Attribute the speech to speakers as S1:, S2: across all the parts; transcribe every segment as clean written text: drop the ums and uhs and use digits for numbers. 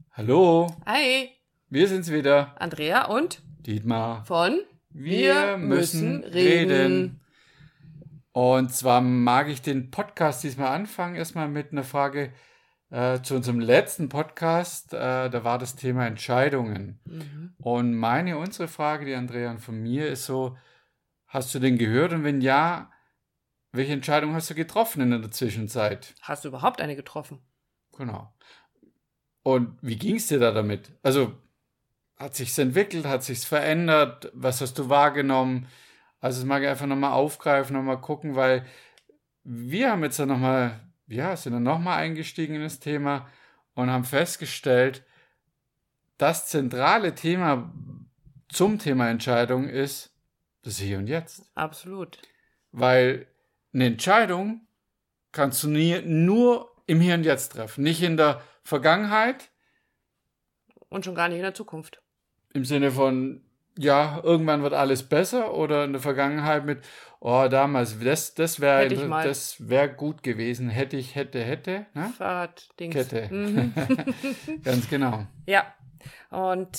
S1: Hallo,
S2: Hi,
S1: wir sind's wieder.
S2: Andrea und
S1: Dietmar.
S2: von
S1: Wir müssen reden. Und zwar mag ich den Podcast diesmal anfangen, erstmal mit einer Frage zu unserem letzten Podcast. Da war das Thema Entscheidungen. Und unsere Frage, die Andrea und von mir, ist so, hast du den gehört? Und wenn ja, welche Entscheidung hast du getroffen in der Zwischenzeit?
S2: Hast du überhaupt eine getroffen?
S1: Genau. Und wie ging's dir da damit? Also, hat sich's entwickelt, hat sich's verändert? Was hast du wahrgenommen? Also, das mag ich einfach nochmal aufgreifen, nochmal gucken, weil wir haben jetzt dann nochmal, sind dann nochmal eingestiegen in das Thema und haben festgestellt, das zentrale Thema zum Thema Entscheidung ist das Hier und Jetzt.
S2: Absolut.
S1: Weil eine Entscheidung kannst du nur im Hier und Jetzt treffen, nicht in der Vergangenheit.
S2: Und schon gar nicht in der Zukunft.
S1: Im Sinne von, ja, irgendwann wird alles besser oder in der Vergangenheit mit, oh, damals, das wäre gut gewesen, hätte, ne?
S2: Fahrraddings.
S1: Kette. Ganz genau.
S2: Ja, und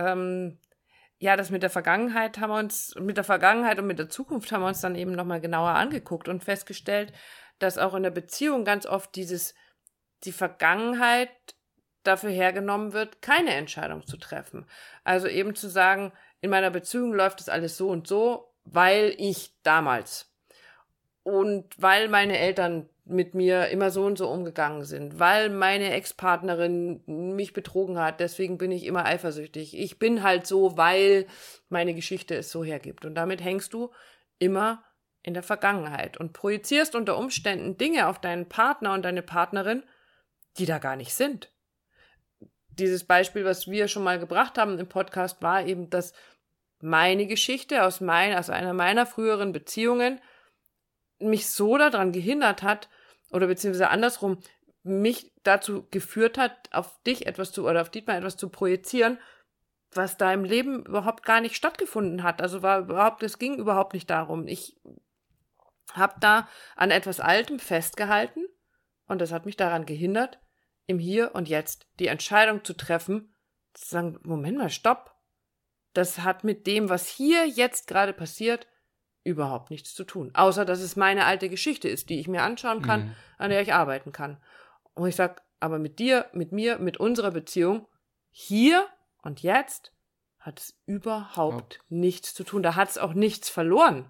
S2: das mit der Vergangenheit und mit der Zukunft haben wir uns dann eben nochmal genauer angeguckt und festgestellt, dass auch in der Beziehung ganz oft die Vergangenheit dafür hergenommen wird, keine Entscheidung zu treffen. Also eben zu sagen, in meiner Beziehung läuft das alles so und so, weil ich damals und weil meine Eltern mit mir immer so und so umgegangen sind, weil meine Ex-Partnerin mich betrogen hat, deswegen bin ich immer eifersüchtig. Ich bin halt so, weil meine Geschichte es so hergibt. Und damit hängst du immer in der Vergangenheit und projizierst unter Umständen Dinge auf deinen Partner und deine Partnerin, die da gar nicht sind. Dieses Beispiel, was wir schon mal gebracht haben im Podcast, war eben, dass meine Geschichte aus einer meiner früheren Beziehungen mich so daran gehindert hat, oder beziehungsweise andersrum, mich dazu geführt hat, auf Dietmar etwas zu projizieren, was da im Leben überhaupt gar nicht stattgefunden hat. Also es ging überhaupt nicht darum. Ich habe da an etwas Altem festgehalten und das hat mich daran gehindert, im Hier und Jetzt die Entscheidung zu treffen, zu sagen, Moment mal, stopp. Das hat mit dem, was hier jetzt gerade passiert, überhaupt nichts zu tun. Außer, dass es meine alte Geschichte ist, die ich mir anschauen kann, an der ich arbeiten kann. Und ich sage, aber mit dir, mit mir, mit unserer Beziehung, hier und jetzt hat es überhaupt nichts zu tun. Da hat es auch nichts verloren.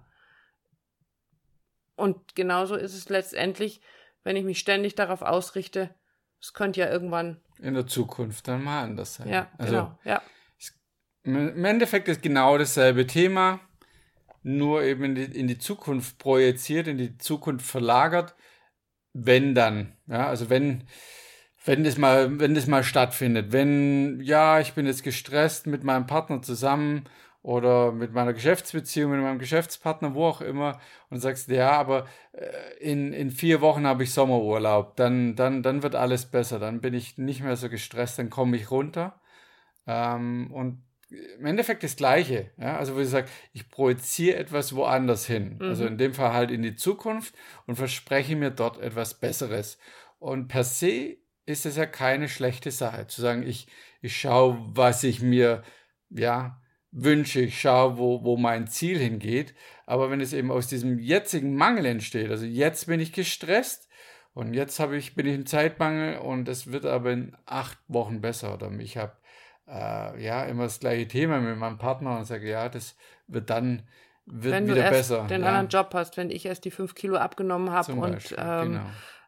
S2: Und genauso ist es letztendlich, wenn ich mich ständig darauf ausrichte, es könnte ja irgendwann
S1: in der Zukunft dann mal anders sein.
S2: Ja, genau. Ja.
S1: Im Endeffekt ist genau dasselbe Thema, nur eben in die Zukunft projiziert, in die Zukunft verlagert, wenn dann. Ja, also wenn das mal stattfindet. Wenn, ich bin jetzt gestresst mit meinem Partner zusammen oder mit meiner Geschäftsbeziehung, mit meinem Geschäftspartner, wo auch immer, und sagst, ja, aber in 4 Wochen habe ich Sommerurlaub, dann wird alles besser, dann bin ich nicht mehr so gestresst, dann komme ich runter. Und im Endeffekt das Gleiche, ja? Also wo ich sage, ich projiziere etwas woanders hin, also in dem Fall halt in die Zukunft und verspreche mir dort etwas Besseres. Und per se ist es ja keine schlechte Sache, zu sagen, ich schaue, was ich mir, wünsche, ich schaue, wo mein Ziel hingeht. Aber wenn es eben aus diesem jetzigen Mangel entsteht, also jetzt bin ich gestresst und jetzt bin ich im Zeitmangel und es wird aber in 8 Wochen besser oder ich habe immer das gleiche Thema mit meinem Partner und sage, das wird dann
S2: wenn
S1: wieder
S2: du
S1: besser.
S2: Wenn du den anderen Job hast, wenn ich erst die 5 Kilo abgenommen habe und
S1: genau.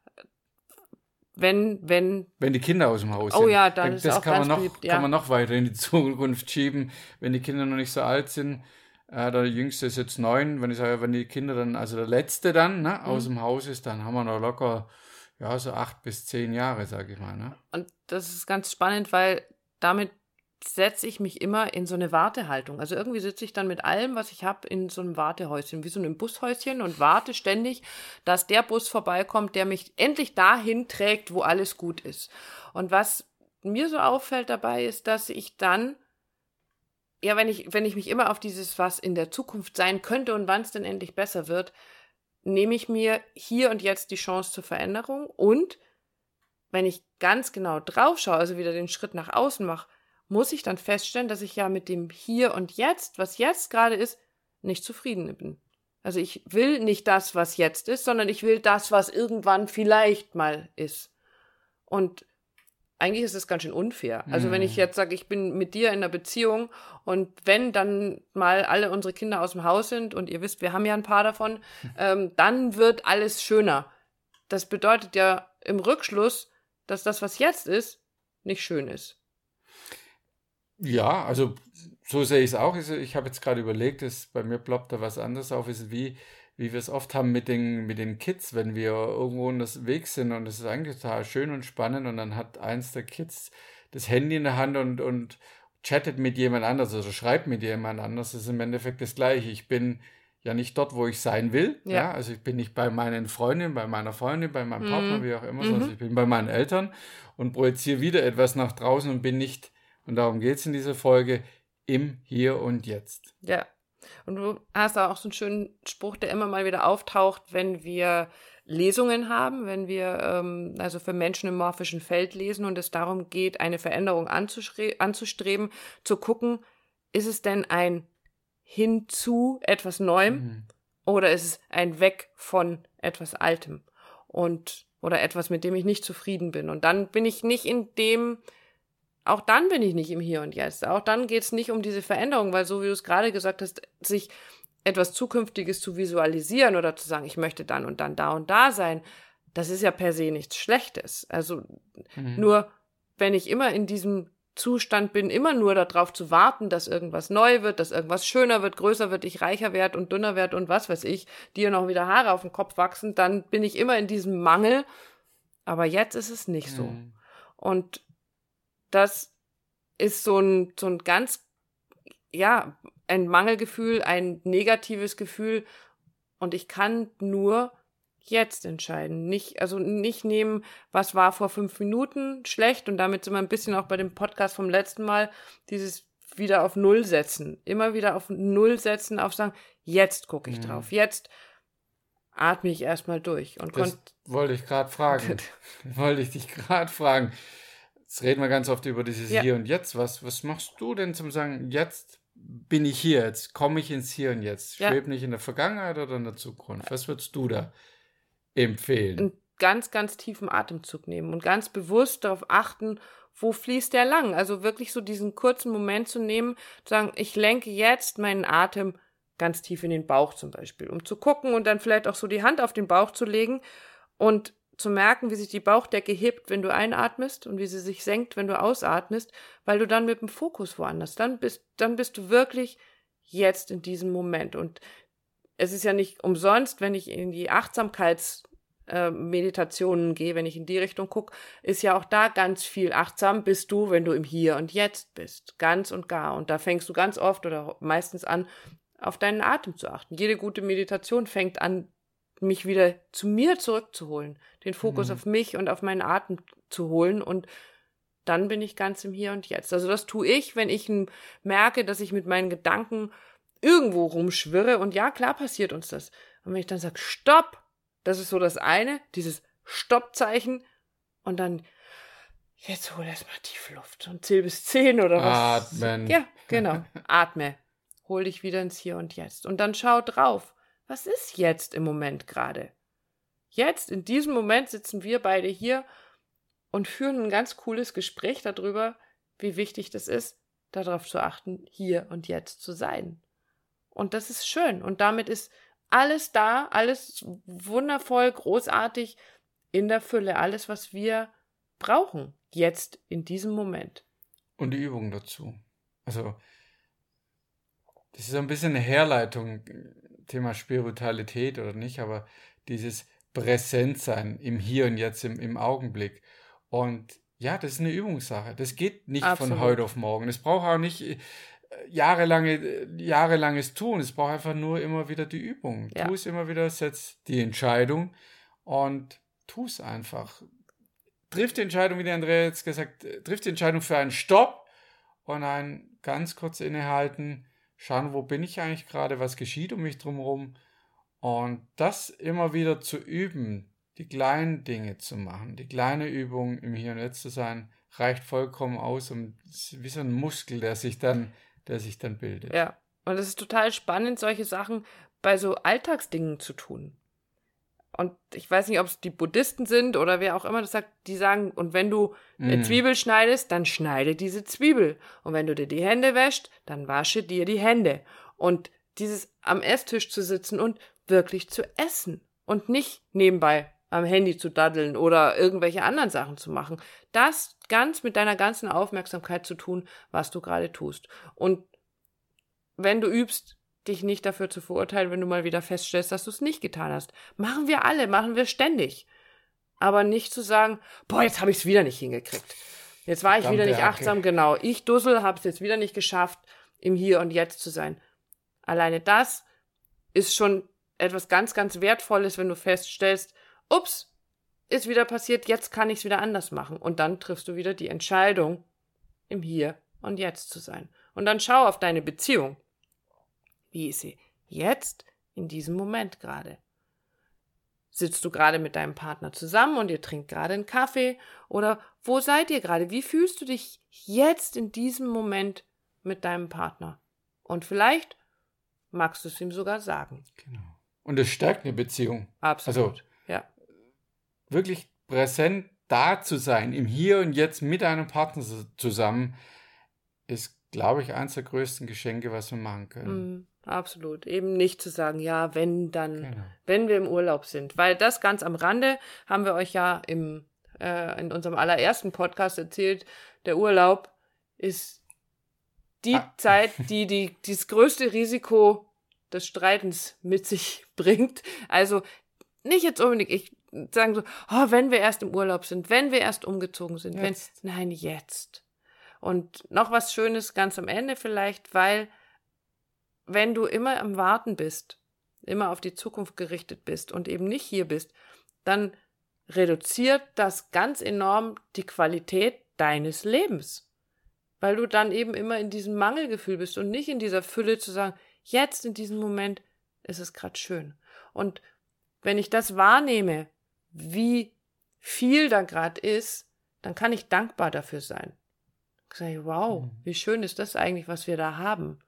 S2: Wenn
S1: die Kinder aus dem Haus sind.
S2: Oh ja, dann ist
S1: das
S2: auch ganz
S1: beliebt. Kann man noch weiter in die Zukunft schieben, wenn die Kinder noch nicht so alt sind. Der Jüngste ist jetzt 9. Wenn die Kinder dann, also der Letzte dann aus dem Haus ist, dann haben wir noch locker so 8 bis 10 Jahre, sage ich mal. Ne?
S2: Und das ist ganz spannend, weil damit setze ich mich immer in so eine Wartehaltung. Also irgendwie sitze ich dann mit allem, was ich habe, in so einem Wartehäuschen, wie so einem Bushäuschen und warte ständig, dass der Bus vorbeikommt, der mich endlich dahin trägt, wo alles gut ist. Und was mir so auffällt dabei ist, dass ich dann, wenn ich mich immer auf dieses, was in der Zukunft sein könnte und wann es denn endlich besser wird, nehme ich mir hier und jetzt die Chance zur Veränderung und wenn ich ganz genau drauf schaue, also wieder den Schritt nach außen mache, muss ich dann feststellen, dass ich ja mit dem Hier und Jetzt, was jetzt gerade ist, nicht zufrieden bin. Also ich will nicht das, was jetzt ist, sondern ich will das, was irgendwann vielleicht mal ist. Und eigentlich ist es ganz schön unfair. Also wenn ich jetzt sage, ich bin mit dir in einer Beziehung und wenn dann mal alle unsere Kinder aus dem Haus sind und ihr wisst, wir haben ja ein paar davon, dann wird alles schöner. Das bedeutet ja im Rückschluss, dass das, was jetzt ist, nicht schön ist.
S1: Ja, also so sehe ich es auch. Ich habe jetzt gerade überlegt, bei mir ploppt da was anderes auf, ist wie wir es oft haben mit den Kids, wenn wir irgendwo unterwegs sind und es ist eigentlich total schön und spannend und dann hat eins der Kids das Handy in der Hand und chattet mit jemand anders oder schreibt mit jemand anders. Das ist im Endeffekt das Gleiche. Ich bin ja nicht dort, wo ich sein will. Ja.
S2: Ja.
S1: Also ich bin nicht bei meinen Freundinnen, bei meiner Freundin, bei meinem Partner, wie auch immer, sondern
S2: Mhm.
S1: ich bin bei meinen Eltern und projiziere wieder etwas nach draußen und bin nicht, und darum geht es in dieser Folge, im Hier und Jetzt.
S2: Ja. Und du hast da auch so einen schönen Spruch, der immer mal wieder auftaucht, wenn wir Lesungen haben, wenn wir also für Menschen im morphischen Feld lesen und es darum geht, eine Veränderung anzustreben, zu gucken, ist es denn ein hin zu etwas Neuem oder ist es ein Weg von etwas Altem oder etwas, mit dem ich nicht zufrieden bin. Und dann bin ich nicht auch dann bin ich nicht im Hier und Jetzt. Auch dann geht es nicht um diese Veränderung, weil so wie du es gerade gesagt hast, sich etwas Zukünftiges zu visualisieren oder zu sagen, ich möchte dann und dann da und da sein, das ist ja per se nichts Schlechtes. Also nur, wenn ich immer in diesem Zustand bin, immer nur darauf zu warten, dass irgendwas neu wird, dass irgendwas schöner wird, größer wird, ich reicher werde und dünner werde und was weiß ich, dir noch wieder Haare auf den Kopf wachsen, dann bin ich immer in diesem Mangel. Aber jetzt ist es nicht so. Und das ist so ein ganz, ja, ein Mangelgefühl, ein negatives Gefühl. Und ich kann nur jetzt entscheiden. Nicht nehmen, was war vor 5 Minuten schlecht. Und damit sind wir ein bisschen auch bei dem Podcast vom letzten Mal, dieses wieder auf Null setzen. Immer wieder auf Null setzen, auf sagen, jetzt gucke ich drauf. Jetzt atme ich erstmal durch. Und
S1: Das wollte ich gerade fragen. Wollte ich dich gerade fragen. Jetzt reden wir ganz oft über dieses Hier und Jetzt. Was machst du denn zum sagen, jetzt bin ich hier, jetzt komme ich ins Hier und Jetzt? Schwebe nicht in der Vergangenheit oder in der Zukunft? Was würdest du da empfehlen?
S2: Einen ganz, ganz tiefen Atemzug nehmen und ganz bewusst darauf achten, wo fließt der lang? Also wirklich so diesen kurzen Moment zu nehmen, zu sagen, ich lenke jetzt meinen Atem ganz tief in den Bauch zum Beispiel, um zu gucken und dann vielleicht auch so die Hand auf den Bauch zu legen und zu merken, wie sich die Bauchdecke hebt, wenn du einatmest und wie sie sich senkt, wenn du ausatmest, weil du dann mit dem Fokus woanders, dann bist du wirklich jetzt in diesem Moment. Und es ist ja nicht umsonst, wenn ich in die Achtsamkeitsmeditationen gehe, wenn ich in die Richtung gucke, ist ja auch da ganz viel achtsam bist du, wenn du im Hier und Jetzt bist, ganz und gar. Und da fängst du ganz oft oder meistens an, auf deinen Atem zu achten. Jede gute Meditation fängt an, mich wieder zu mir zurückzuholen, den Fokus auf mich und auf meinen Atem zu holen und dann bin ich ganz im Hier und Jetzt. Also das tue ich, wenn ich merke, dass ich mit meinen Gedanken irgendwo rumschwirre und ja, klar passiert uns das. Und wenn ich dann sage, Stopp, das ist so das eine, dieses Stoppzeichen und dann jetzt hol erstmal tiefe Luft und zähl bis 10 oder was.
S1: Atmen.
S2: Ja, genau, atme. Hol dich wieder ins Hier und Jetzt und dann schau drauf. Was ist jetzt im Moment gerade? Jetzt, in diesem Moment sitzen wir beide hier und führen ein ganz cooles Gespräch darüber, wie wichtig das ist, darauf zu achten, hier und jetzt zu sein. Und das ist schön. Und damit ist alles da, alles wundervoll, großartig, in der Fülle, alles, was wir brauchen, jetzt, in diesem Moment.
S1: Und die Übung dazu. Also, das ist so ein bisschen eine Herleitung, Thema Spiritualität oder nicht, aber dieses Präsentsein im Hier und Jetzt, im Augenblick. Und ja, das ist eine Übungssache. Das geht nicht von heute auf morgen. Es braucht auch nicht jahrelanges Tun. Es braucht einfach nur immer wieder die Übung.
S2: Ja.
S1: Tu es immer wieder, setz die Entscheidung und tu es einfach. Triff die Entscheidung, wie der Andrea jetzt gesagt, triff die Entscheidung für einen Stopp und ein ganz kurz innehalten, schauen, wo bin ich eigentlich gerade, was geschieht um mich drumherum und das immer wieder zu üben, die kleinen Dinge zu machen, die kleine Übung im Hier und Jetzt zu sein, reicht vollkommen aus, wie so ein Muskel, der sich dann bildet.
S2: Ja, und es ist total spannend, solche Sachen bei so Alltagsdingen zu tun. Und ich weiß nicht, ob es die Buddhisten sind oder wer auch immer das sagt, die sagen, und wenn du eine Zwiebel schneidest, dann schneide diese Zwiebel. Und wenn du dir die Hände wäschst, dann wasche dir die Hände. Und dieses am Esstisch zu sitzen und wirklich zu essen und nicht nebenbei am Handy zu daddeln oder irgendwelche anderen Sachen zu machen. Das ganz mit deiner ganzen Aufmerksamkeit zu tun, was du gerade tust. Und wenn du übst, dich nicht dafür zu verurteilen, wenn du mal wieder feststellst, dass du es nicht getan hast. Machen wir alle, machen wir ständig. Aber nicht zu sagen, boah, jetzt habe ich es wieder nicht hingekriegt. Jetzt war ich wieder nicht achtsam, genau. Ich Dussel, habe es jetzt wieder nicht geschafft, im Hier und Jetzt zu sein. Alleine das ist schon etwas ganz, ganz Wertvolles, wenn du feststellst, ups, ist wieder passiert, jetzt kann ich es wieder anders machen. Und dann triffst du wieder die Entscheidung, im Hier und Jetzt zu sein. Und dann schau auf deine Beziehung. Wie ist sie jetzt in diesem Moment gerade? Sitzt du gerade mit deinem Partner zusammen und ihr trinkt gerade einen Kaffee? Oder wo seid ihr gerade? Wie fühlst du dich jetzt in diesem Moment mit deinem Partner? Und vielleicht magst du es ihm sogar sagen.
S1: Genau. Und es stärkt eine Beziehung.
S2: Absolut,
S1: also,
S2: ja.
S1: Wirklich präsent da zu sein, im Hier und Jetzt mit einem Partner zusammen, ist, glaube ich, eines der größten Geschenke, was wir machen können.
S2: Absolut. Eben nicht zu sagen, ja, wenn dann, wenn wir im Urlaub sind. Weil das ganz am Rande haben wir euch ja in unserem allerersten Podcast erzählt, der Urlaub ist die Zeit, die das größte Risiko des Streitens mit sich bringt. Also nicht jetzt unbedingt, sagen so, wenn wir erst im Urlaub sind, wenn wir erst umgezogen sind. Nein, jetzt. Und noch was Schönes ganz am Ende vielleicht, weil wenn du immer am Warten bist, immer auf die Zukunft gerichtet bist und eben nicht hier bist, dann reduziert das ganz enorm die Qualität deines Lebens. Weil du dann eben immer in diesem Mangelgefühl bist und nicht in dieser Fülle zu sagen, jetzt in diesem Moment ist es gerade schön. Und wenn ich das wahrnehme, wie viel da gerade ist, dann kann ich dankbar dafür sein. Ich sage, wow, wie schön ist das eigentlich, was wir da haben.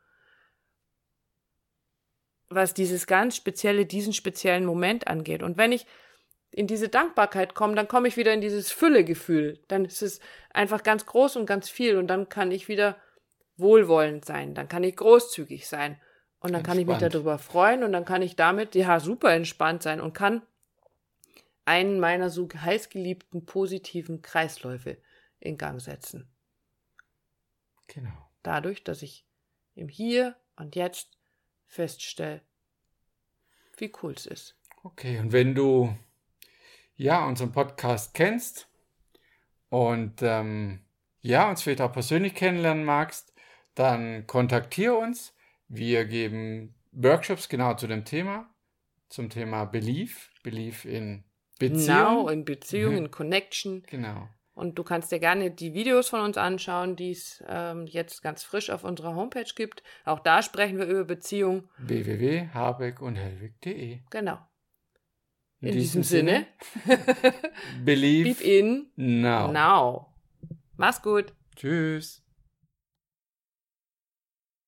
S2: Was diesen speziellen Moment angeht. Und wenn ich in diese Dankbarkeit komme, dann komme ich wieder in dieses Füllegefühl. Dann ist es einfach ganz groß und ganz viel und dann kann ich wieder wohlwollend sein. Dann kann ich großzügig sein und dann kann ich mich darüber freuen und dann kann ich damit, super entspannt sein und kann einen meiner so heißgeliebten positiven Kreisläufe in Gang setzen.
S1: Genau.
S2: Dadurch, dass ich im Hier und Jetzt feststelle, wie cool es ist.
S1: Okay, und wenn du unseren Podcast kennst und uns vielleicht auch persönlich kennenlernen magst, dann kontaktiere uns. Wir geben Workshops genau zu dem Thema, zum Thema Belief in Beziehung.
S2: Genau, in Beziehung, in Connection.
S1: Genau.
S2: Und du kannst dir gerne die Videos von uns anschauen, die es jetzt ganz frisch auf unserer Homepage gibt. Auch da sprechen wir über Beziehung.
S1: www.habeckundhellwig.de.
S2: Genau. In diesem Sinne.
S1: Believe
S2: in
S1: now.
S2: Now. Mach's gut.
S1: Tschüss.